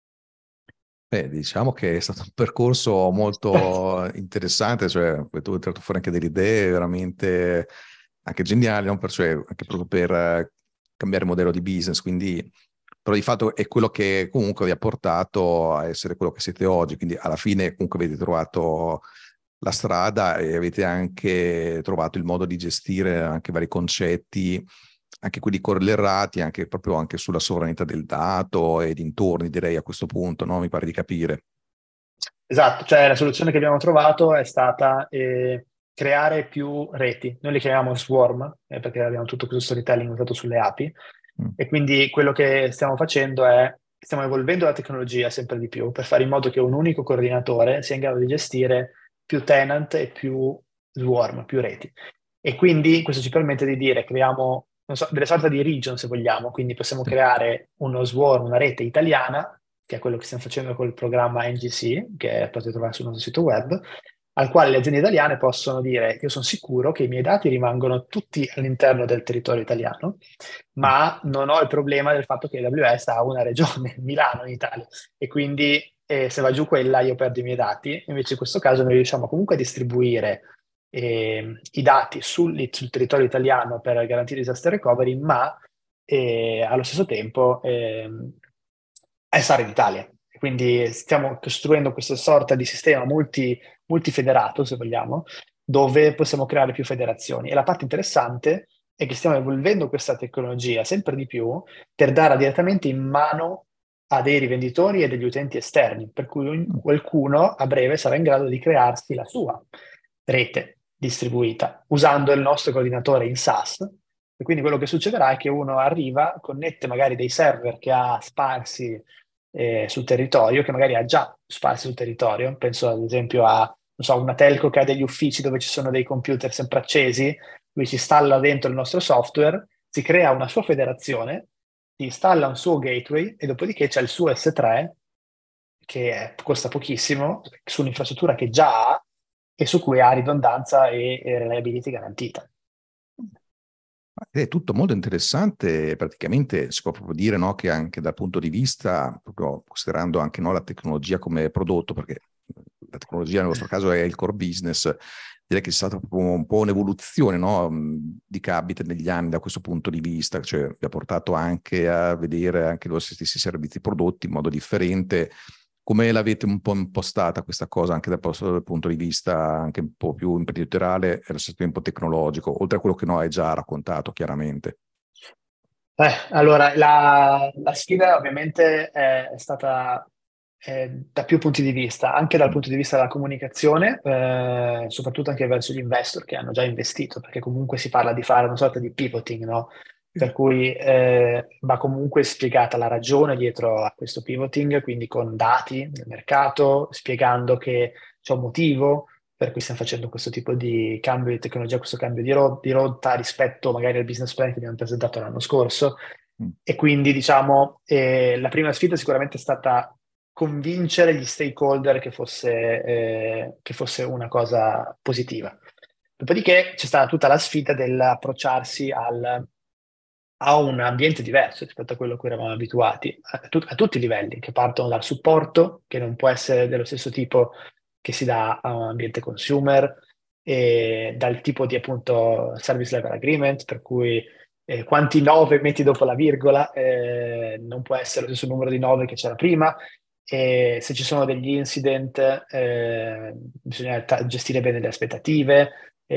Beh, diciamo che è stato un percorso molto interessante, cioè tu hai tirato fuori anche delle idee veramente anche geniali, no? Cioè, anche proprio per cambiare modello di business, quindi però di fatto è quello che comunque vi ha portato a essere quello che siete oggi, quindi alla fine comunque avete trovato la strada e avete anche trovato il modo di gestire anche vari concetti, anche quelli correlati, anche proprio anche sulla sovranità del dato e dintorni, direi a questo punto, no? Mi pare di capire. Esatto, cioè la soluzione che abbiamo trovato è stata creare più reti. Noi le chiamiamo swarm, perché abbiamo tutto questo storytelling usato sulle API, Mm. e quindi quello che stiamo facendo è, stiamo evolvendo la tecnologia sempre di più per fare in modo che un unico coordinatore sia in grado di gestire più tenant e più swarm, più reti. E quindi questo ci permette di dire, creiamo, non so, delle sorte di region se vogliamo, quindi possiamo Sì. creare uno swarm, una rete italiana, che è quello che stiamo facendo col programma NGC, che potete trovare sul nostro sito web, al quale le aziende italiane possono dire: io sono sicuro che i miei dati rimangono tutti all'interno del territorio italiano, Mm. ma non ho il problema del fatto che AWS ha una regione, Milano in Italia, e quindi se va giù quella io perdo i miei dati. Invece in questo caso noi riusciamo comunque a distribuire i dati sul territorio italiano per garantire disaster recovery, ma allo stesso tempo stare in Italia. Quindi stiamo costruendo questa sorta di sistema multifederato, se vogliamo, dove possiamo creare più federazioni. E la parte interessante è che stiamo evolvendo questa tecnologia sempre di più per darla direttamente in mano a dei rivenditori e degli utenti esterni, per cui Mm. qualcuno a breve sarà in grado di crearsi la sua rete distribuita usando il nostro coordinatore in SaaS. E quindi quello che succederà è che uno arriva, connette magari dei server che ha sparsi sul territorio, che magari ha già sparsi sul territorio. Penso ad esempio a, non so, una telco che ha degli uffici dove ci sono dei computer sempre accesi, lui ci installa dentro il nostro software, si crea una sua federazione, si installa un suo gateway e dopodiché c'è il suo S3 costa pochissimo su un'infrastruttura che già ha e su cui ha ridondanza e reliability garantita. Ed è tutto molto interessante, praticamente si può proprio dire, no, che anche dal punto di vista, proprio considerando anche, no, la tecnologia come prodotto, perché la tecnologia nel vostro caso è il core business, direi che c'è stata proprio un po' un'evoluzione, no, di Cabit negli anni da questo punto di vista, cioè vi ha portato anche a vedere anche i vostri stessi servizi prodotti in modo differente. Come l'avete un po' impostata questa cosa anche dal punto di vista anche un po' più imprenditoriale e allo stesso tempo tecnologico, oltre a quello che noi hai già raccontato chiaramente? Allora, la sfida ovviamente è stata da più punti di vista, anche dal Mm. punto di vista della comunicazione, soprattutto anche verso gli investor che hanno già investito, perché comunque si parla di fare una sorta di pivoting, no? Per cui va comunque spiegata la ragione dietro a questo pivoting, quindi con dati del mercato, spiegando che c'è un motivo per cui stiamo facendo questo tipo di cambio di tecnologia, questo cambio di rotta rispetto magari al business plan che abbiamo presentato l'anno scorso. Mm. E quindi, diciamo, la prima sfida sicuramente è stata convincere gli stakeholder che fosse una cosa positiva. Dopodiché c'è stata tutta la sfida dell'approcciarsi a un ambiente diverso rispetto a quello a cui eravamo abituati, a tutti i livelli, che partono dal supporto, che non può essere dello stesso tipo che si dà a un ambiente consumer, e dal tipo di appunto service level agreement, per cui quanti 9 metti dopo la virgola, non può essere lo stesso numero di 9 che c'era prima, e se ci sono degli incident bisogna gestire bene le aspettative,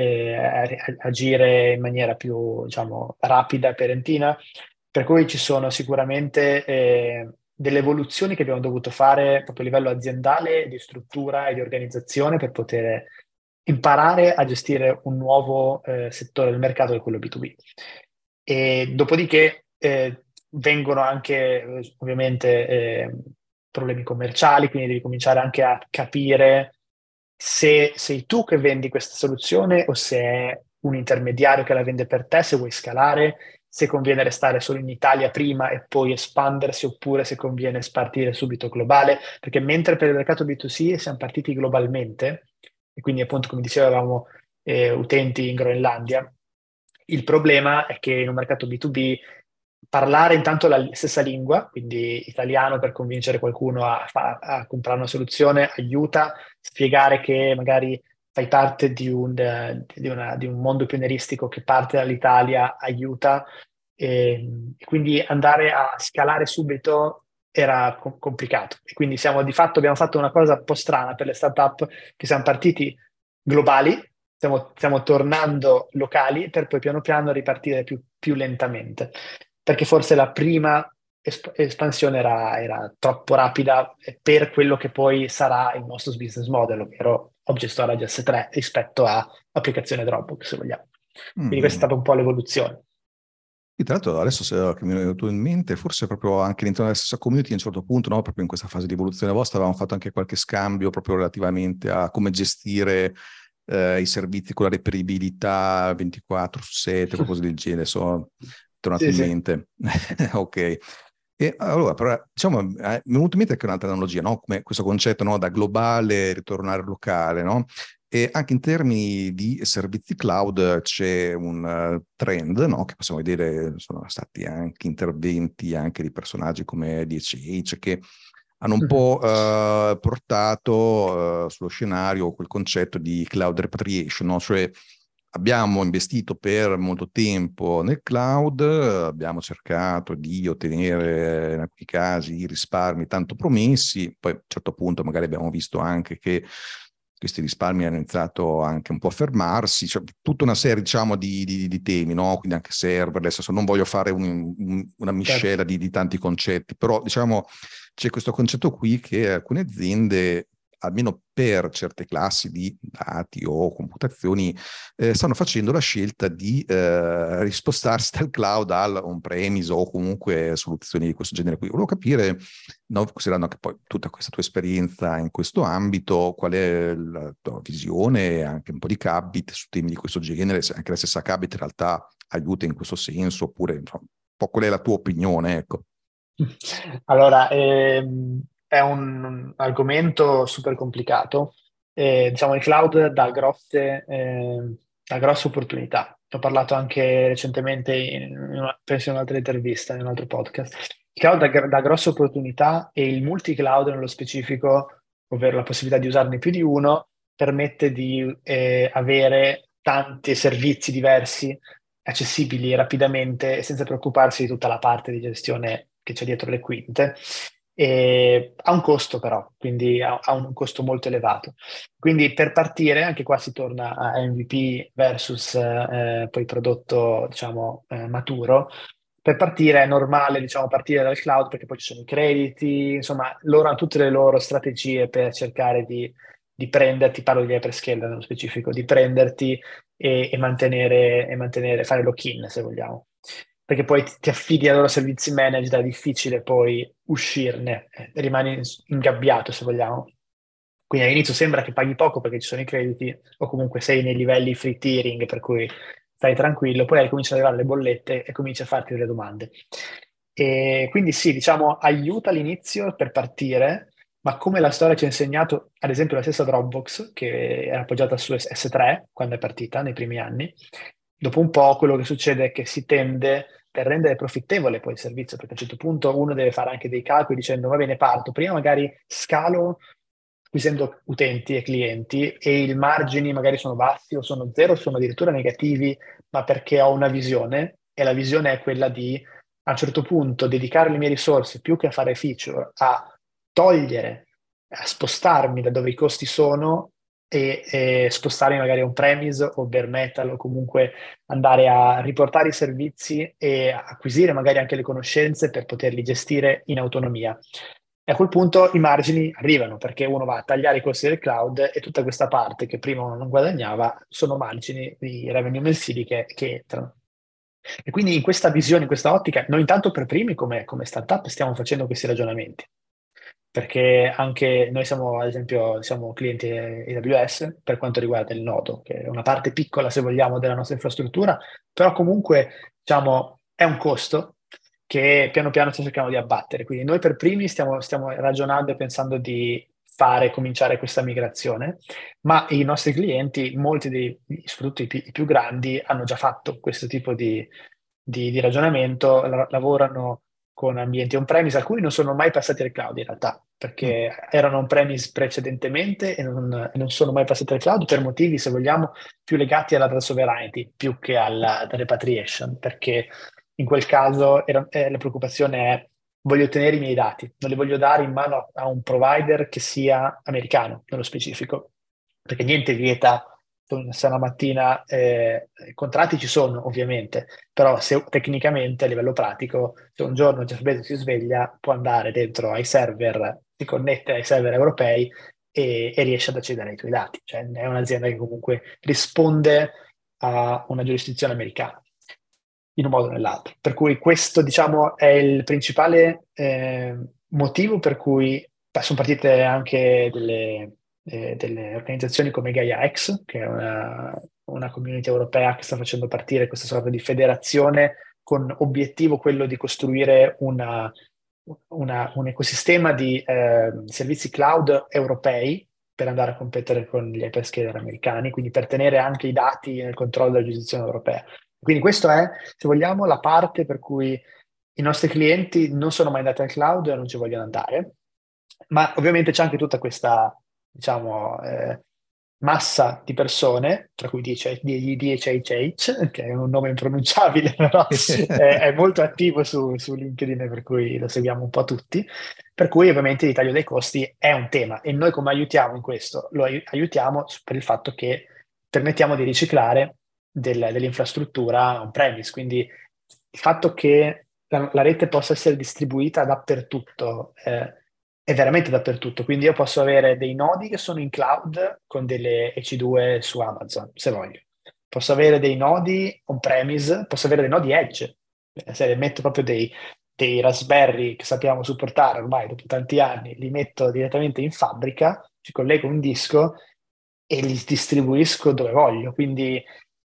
agire in maniera più, diciamo, rapida e perentina. Per cui ci sono sicuramente delle evoluzioni che abbiamo dovuto fare proprio a livello aziendale, di struttura e di organizzazione per poter imparare a gestire un nuovo settore del mercato che è quello B2B. E dopodiché vengono anche ovviamente problemi commerciali, quindi devi cominciare anche a capire se sei tu che vendi questa soluzione o se è un intermediario che la vende per te, se vuoi scalare, se conviene restare solo in Italia prima e poi espandersi, oppure se conviene spartire subito globale, perché mentre per il mercato B2C siamo partiti globalmente, e quindi appunto come dicevamo utenti in Groenlandia, Il problema è che in un mercato B2B parlare intanto la stessa lingua, quindi italiano per convincere qualcuno a comprare una soluzione aiuta, spiegare che magari fai parte di un mondo pionieristico che parte dall'Italia aiuta, e quindi andare a scalare subito era complicato. E quindi di fatto abbiamo fatto una cosa un po' strana per le startup, che siamo partiti globali, stiamo tornando locali per poi piano piano ripartire più lentamente, perché forse la prima espansione era troppo rapida per quello che poi sarà il nostro business model, ovvero Object Storage S3 rispetto a applicazione Dropbox, se vogliamo. Quindi questa è Mm. stata un po' l'evoluzione. Sì, tra l'altro adesso che mi è venuto in mente, forse proprio anche all'interno della stessa community a un certo punto, no, proprio in questa fase di evoluzione vostra, avevamo fatto anche qualche scambio proprio relativamente a come gestire i servizi con la reperibilità 24/7, qualcosa del genere, sono tornato Sì, in sì. mente. Ok. E allora, però, diciamo, mi è venuto in mente anche un'altra analogia, no? Come questo concetto, no? Da globale ritornare locale, no? E anche in termini di servizi cloud c'è un trend, no? Che possiamo vedere, sono stati anche interventi anche di personaggi come DHH che hanno un Mhm. po' portato sullo scenario quel concetto di cloud repatriation, no? Cioè abbiamo investito per molto tempo nel cloud, abbiamo cercato di ottenere in alcuni casi i risparmi tanto promessi, poi a un certo punto magari abbiamo visto anche che questi risparmi hanno iniziato anche un po' a fermarsi, cioè tutta una serie, diciamo, di temi, no? Quindi anche serverless, adesso non voglio fare una Certo. miscela di tanti concetti, però diciamo c'è questo concetto qui che alcune aziende, almeno per certe classi di dati o computazioni, stanno facendo la scelta di rispostarsi dal cloud al on-premise o comunque soluzioni di questo genere qui. Volevo capire, no, considerando anche poi tutta questa tua esperienza in questo ambito, qual è la tua visione, anche un po' di Cabit su temi di questo genere, se anche la stessa Cabit in realtà aiuta in questo senso, oppure insomma, un po' qual è la tua opinione, ecco. Allora, è un argomento super complicato. Diciamo, il cloud dà grosse opportunità. Ho parlato anche recentemente, penso in un'altra intervista, in un altro podcast. Il cloud dà grosse opportunità e il multi-cloud nello specifico, ovvero la possibilità di usarne più di uno, permette di avere tanti servizi diversi accessibili rapidamente e senza preoccuparsi di tutta la parte di gestione che c'è dietro le quinte. E ha un costo però, quindi ha un costo molto elevato. Quindi per partire, anche qua si torna a MVP versus poi prodotto, diciamo, maturo. Per partire è normale, diciamo, partire dal cloud perché poi ci sono i crediti, insomma, loro hanno tutte le loro strategie per cercare di prenderti, parlo di hyperscaler nello specifico, di prenderti e mantenere, fare lock-in se vogliamo. Perché poi ti affidi ai loro servizi managed, è difficile poi uscirne, rimani ingabbiato se vogliamo. Quindi all'inizio sembra che paghi poco perché ci sono i crediti, o comunque sei nei livelli free tiering, per cui stai tranquillo, poi cominciano ad arrivare le bollette e cominci a farti delle domande. E quindi sì, diciamo, aiuta all'inizio per partire, ma come la storia ci ha insegnato, ad esempio la stessa Dropbox, che era appoggiata su S3 quando è partita nei primi anni, dopo un po' quello che succede è che si tende, per rendere profittevole poi il servizio, perché a un certo punto uno deve fare anche dei calcoli dicendo va bene, parto, prima magari scalo acquisendo utenti e clienti e i margini magari sono bassi o sono zero, sono addirittura negativi, ma perché ho una visione e la visione è quella di a un certo punto dedicare le mie risorse più che a fare feature, a togliere, a spostarmi da dove i costi sono e spostarmi magari on-premise o bare metal o comunque andare a riportare i servizi e acquisire magari anche le conoscenze per poterli gestire in autonomia. E a quel punto i margini arrivano perché uno va a tagliare i costi del cloud e tutta questa parte che prima uno non guadagnava sono margini di revenue mensili che entrano. E quindi in questa visione, in questa ottica, noi intanto per primi come startup stiamo facendo questi ragionamenti, perché anche noi siamo, ad esempio, siamo clienti AWS per quanto riguarda il nodo, che è una parte piccola, se vogliamo, della nostra infrastruttura, però comunque, diciamo, è un costo che piano piano stiamo cercando di abbattere. Quindi noi per primi stiamo ragionando e pensando di cominciare questa migrazione, ma i nostri clienti, molti soprattutto i più grandi, hanno già fatto questo tipo di ragionamento, lavorano con ambienti on-premise, alcuni non sono mai passati al cloud in realtà, Mm. perché erano on-premise precedentemente e non sono mai passati al cloud per motivi, se vogliamo, più legati alla data sovereignty, più che alla repatriation, perché in quel caso la preoccupazione è: voglio tenere i miei dati, non li voglio dare in mano a un provider che sia americano, nello specifico, perché niente vieta, se una mattina, i contratti ci sono ovviamente, però se tecnicamente a livello pratico, se un giorno Jeff Bezos si sveglia, può andare dentro ai server, si connette ai server europei e riesce ad accedere ai tuoi dati. Cioè è un'azienda che comunque risponde a una giurisdizione americana in un modo o nell'altro. Per cui questo, diciamo, è il principale motivo per cui sono partite anche delle organizzazioni come Gaia X, che è una community europea che sta facendo partire questa sorta di federazione con obiettivo quello di costruire un ecosistema di servizi cloud europei per andare a competere con gli hyperscaler americani, quindi per tenere anche i dati nel controllo della giurisdizione europea. Quindi questa è, se vogliamo, la parte per cui i nostri clienti non sono mai andati al cloud e non ci vogliono andare, ma ovviamente c'è anche tutta questa, diciamo, massa di persone, tra cui DHHH, che è un nome impronunciabile, però è molto attivo su LinkedIn, per cui lo seguiamo un po' tutti, per cui ovviamente il taglio dei costi è un tema e noi come aiutiamo in questo? Lo aiutiamo per il fatto che permettiamo di riciclare dell'infrastruttura on-premise, quindi il fatto che la rete possa essere distribuita dappertutto, è veramente dappertutto, quindi io posso avere dei nodi che sono in cloud con delle EC2 su Amazon, se voglio. Posso avere dei nodi on-premise, posso avere dei nodi edge, se metto proprio dei Raspberry che sappiamo supportare ormai dopo tanti anni, li metto direttamente in fabbrica, ci collego un disco e li distribuisco dove voglio. Quindi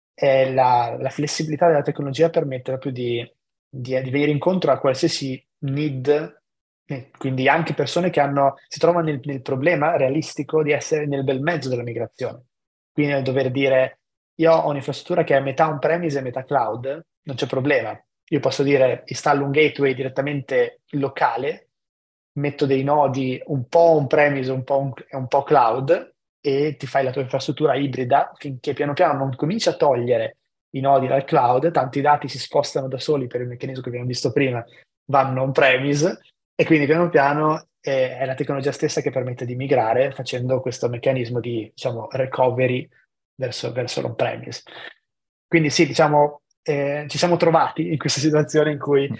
la flessibilità della tecnologia permette proprio di venire incontro a qualsiasi need, quindi anche persone che si trovano nel problema realistico di essere nel bel mezzo della migrazione. Quindi nel dover dire: io ho un'infrastruttura che è metà on-premise e metà cloud, non c'è problema. Io posso dire: installo un gateway direttamente locale, metto dei nodi un po' on-premise, un po' cloud, e ti fai la tua infrastruttura ibrida finché piano piano non cominci a togliere i nodi dal cloud, tanti dati si spostano da soli per il meccanismo che abbiamo visto prima, vanno on-premise, e quindi piano piano è la tecnologia stessa che permette di migrare facendo questo meccanismo di, diciamo, recovery verso l'on-premise. Quindi sì, diciamo, ci siamo trovati in questa situazione in cui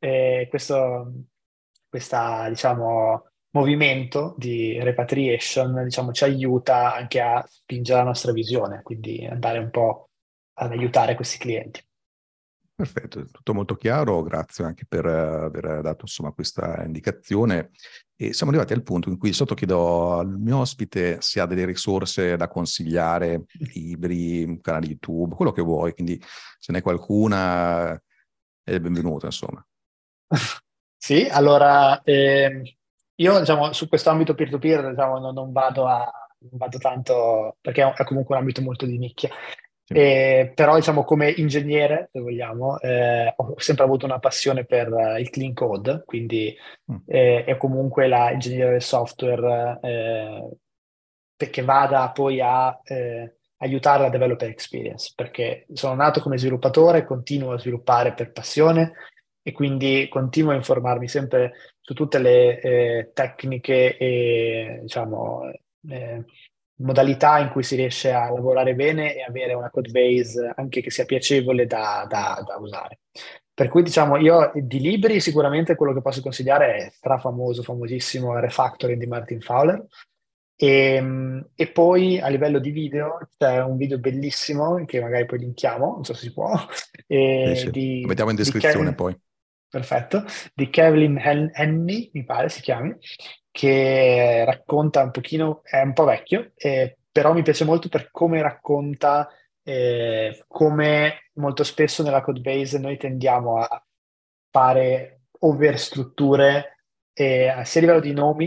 questa, diciamo, movimento di repatriation, diciamo, ci aiuta anche a spingere la nostra visione, quindi andare un po' ad aiutare questi clienti. Perfetto, è tutto molto chiaro, grazie anche per aver dato insomma questa indicazione. E siamo arrivati al punto in cui di solito chiedo al mio ospite se ha delle risorse da consigliare, libri, canali YouTube, quello che vuoi, quindi se ne hai qualcuna è benvenuta, insomma. Sì, allora io diciamo su questo ambito peer-to-peer diciamo, non vado tanto perché è comunque un ambito molto di nicchia. Sì. Però diciamo come ingegnere, se vogliamo, ho sempre avuto una passione per il clean code, quindi Mm. è comunque la ingegneria del software che vada poi a aiutare la developer experience, perché sono nato come sviluppatore, continuo a sviluppare per passione e quindi continuo a informarmi sempre su tutte le tecniche e diciamo modalità in cui si riesce a lavorare bene e avere una code base anche che sia piacevole da usare. Per cui diciamo io di libri sicuramente quello che posso consigliare è strafamoso, famosissimo Refactoring di Martin Fowler. E poi a livello di video c'è un video bellissimo che magari poi linkiamo, non so se si può, Sì, sì. Lo di, mettiamo in di descrizione poi. perfetto, di Kevin Henney, mi pare si chiami, che racconta un pochino, è un po' vecchio, però mi piace molto per come racconta come molto spesso nella code base noi tendiamo a fare overstrutture sia a livello di nomi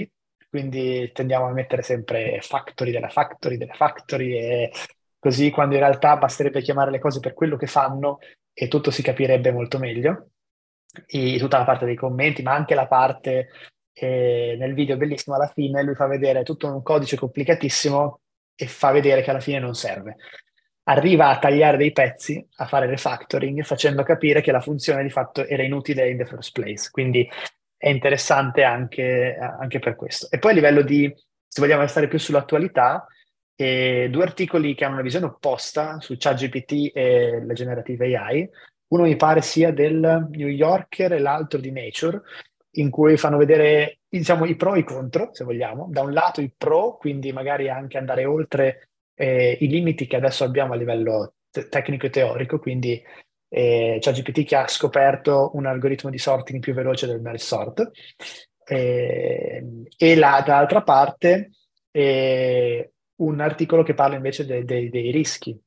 quindi tendiamo a mettere sempre factory della factory della factory, e così quando in realtà basterebbe chiamare le cose per quello che fanno e tutto si capirebbe molto meglio. Tutta la parte dei commenti, ma anche la parte nel video bellissimo alla fine, lui fa vedere tutto un codice complicatissimo e fa vedere che alla fine non serve. Arriva a tagliare dei pezzi, a fare refactoring, facendo capire che la funzione di fatto era inutile in the first place. Quindi è interessante anche per questo. E poi a livello di, se vogliamo restare più sull'attualità, due articoli che hanno una visione opposta su ChatGPT e le generative AI. Uno mi pare sia del New Yorker e l'altro di Nature, in cui fanno vedere, diciamo, i pro e i contro, se vogliamo. Da un lato i pro, quindi magari anche andare oltre i limiti che adesso abbiamo a livello tecnico e teorico, quindi ChatGPT che ha scoperto un algoritmo di sorting più veloce del merge sort. Dall'altra parte un articolo che parla invece dei rischi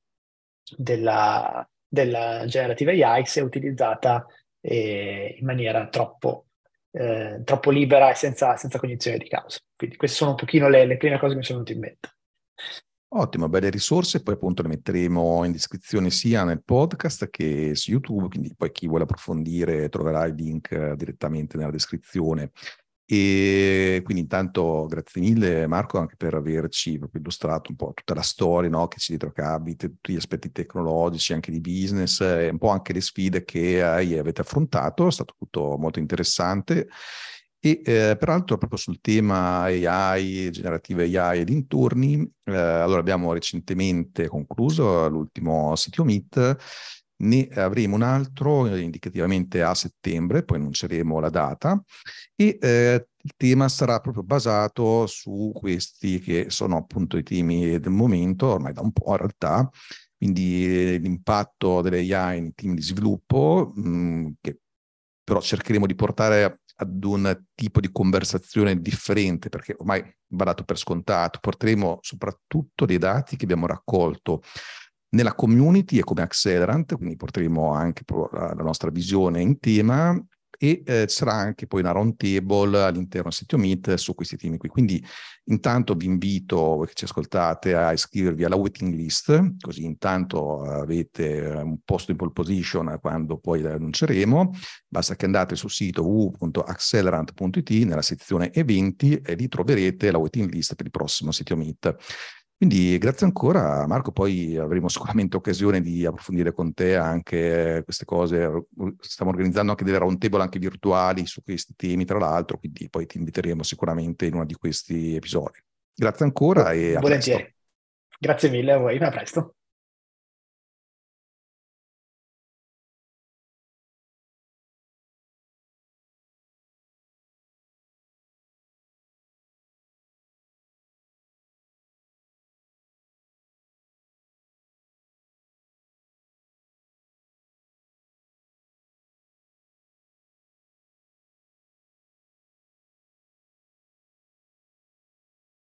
della generative AI se utilizzata in maniera troppo libera e senza cognizione di causa. Quindi queste sono un pochino le prime cose che mi sono venute in mente. Ottimo, belle risorse, poi appunto le metteremo in descrizione sia nel podcast che su YouTube, quindi poi chi vuole approfondire troverà il link direttamente nella descrizione. E quindi intanto grazie mille Marco anche per averci proprio illustrato un po' tutta la storia, no, che c'è dietro Kabit, tutti gli aspetti tecnologici, anche di business, e un po' anche le sfide che avete affrontato, è stato tutto molto interessante. E peraltro proprio sul tema AI, generative AI e dintorni, allora abbiamo recentemente concluso l'ultimo CTO Meet, ne avremo un altro indicativamente a settembre, poi annunceremo la data, e il tema sarà proprio basato su questi che sono appunto i temi del momento, ormai da un po' in realtà, quindi l'impatto delle AI nei team di sviluppo, che però cercheremo di portare ad un tipo di conversazione differente, perché ormai va dato per scontato. Porteremo soprattutto dei dati che abbiamo raccolto nella community e come accelerant, quindi porteremo anche la nostra visione in tema, e sarà anche poi una round table all'interno del sito Meet su questi temi qui. Quindi intanto vi invito, voi che ci ascoltate, a iscrivervi alla waiting list, così intanto avete un posto in pole position quando poi annunceremo. Basta che andate sul sito www.accelerant.it nella sezione eventi e lì troverete la waiting list per il prossimo sito Meet. Quindi grazie ancora Marco, poi avremo sicuramente occasione di approfondire con te anche queste cose. Stiamo organizzando anche delle round table anche virtuali su questi temi, tra l'altro, quindi poi ti inviteremo sicuramente in uno di questi episodi. Grazie ancora e a presto. Volentieri. Grazie mille a voi, a presto.